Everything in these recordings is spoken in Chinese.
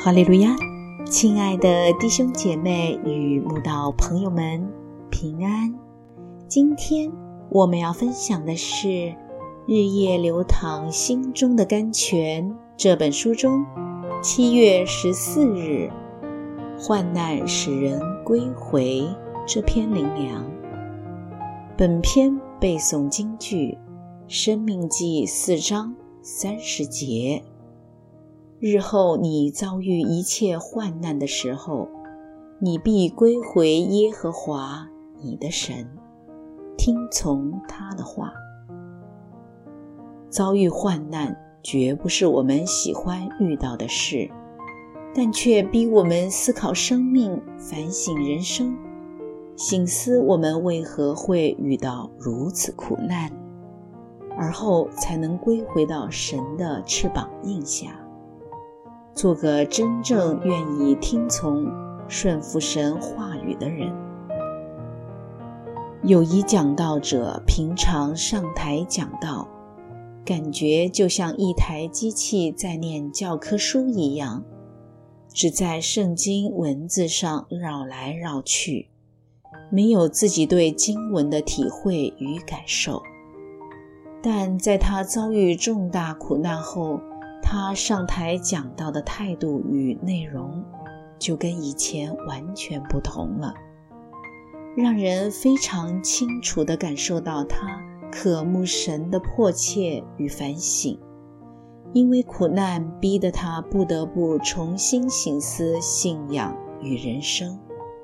哈利路亚，亲爱的弟兄姐妹与慕道朋友们平安。今天我们要分享的是《日夜流淌心中的甘泉》这本书中7月14日患难使人归回这篇灵粮。本篇背诵金句申命记4章30节。日后你遭遇一切患难的时候，你必归回耶和华你的神，听从他的话。遭遇患难绝不是我们喜欢遇到的事，但却逼我们思考生命，反省人生，省思我们为何会遇到如此苦难，而后才能归回到神的翅膀荫下，做个真正愿意听从顺服神话语的人。有一讲道者平常上台讲道，感觉就像一台机器在念教科书一样，只在圣经文字上绕来绕去，没有自己对经文的体会与感受。但在他遭遇重大苦难后，他上台讲道的态度与内容就跟以前完全不同了，让人非常清楚地感受到他渴慕神的迫切与反省，因为苦难逼得他不得不重新省思信仰与人生。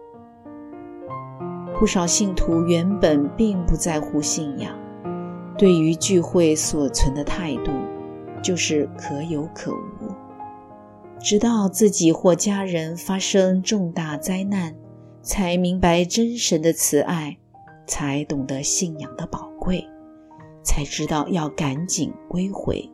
不少信徒原本并不在乎信仰，对于聚会所存的态度就是可有可无，直到自己或家人发生重大灾难，才明白真神的慈爱，才懂得信仰的宝贵，才知道要赶紧归回。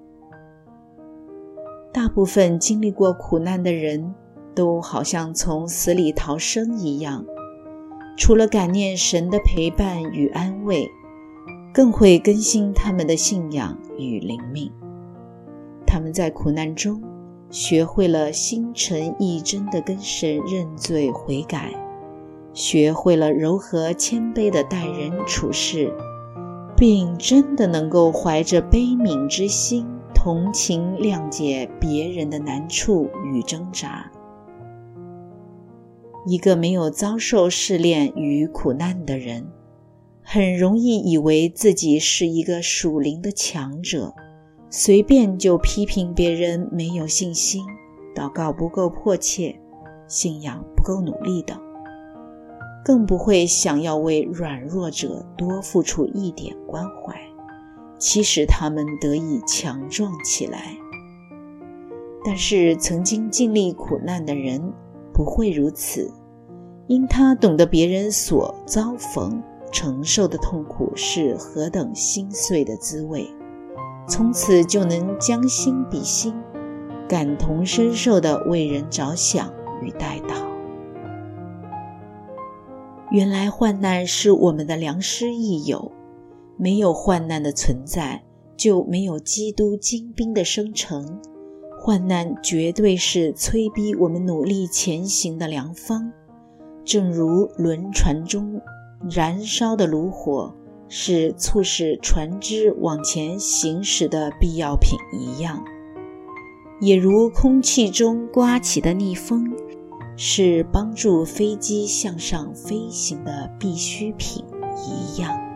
大部分经历过苦难的人都好像从死里逃生一样，除了感念神的陪伴与安慰，更会更新他们的信仰与灵命。他们在苦难中学会了心诚意真的跟神认罪悔改，学会了柔和谦卑的待人处事，并真的能够怀着悲悯之心同情谅解别人的难处与挣扎。一个没有遭受试炼与苦难的人，很容易以为自己是一个属灵的强者，随便就批评别人没有信心，祷告不够迫切，信仰不够努力等，更不会想要为软弱者多付出一点关怀，其使他们得以强壮起来。但是曾经经历苦难的人不会如此，因他懂得别人所遭逢承受的痛苦是何等心碎的滋味，从此就能将心比心，感同身受地为人着想与代祷。原来患难是我们的良师益友，没有患难的存在，就没有基督精兵的生成。患难绝对是催逼我们努力前行的良方，正如轮船中燃烧的炉火是促使船只往前行驶的必要品一样，也如空气中刮起的逆风是帮助飞机向上飞行的必需品一样。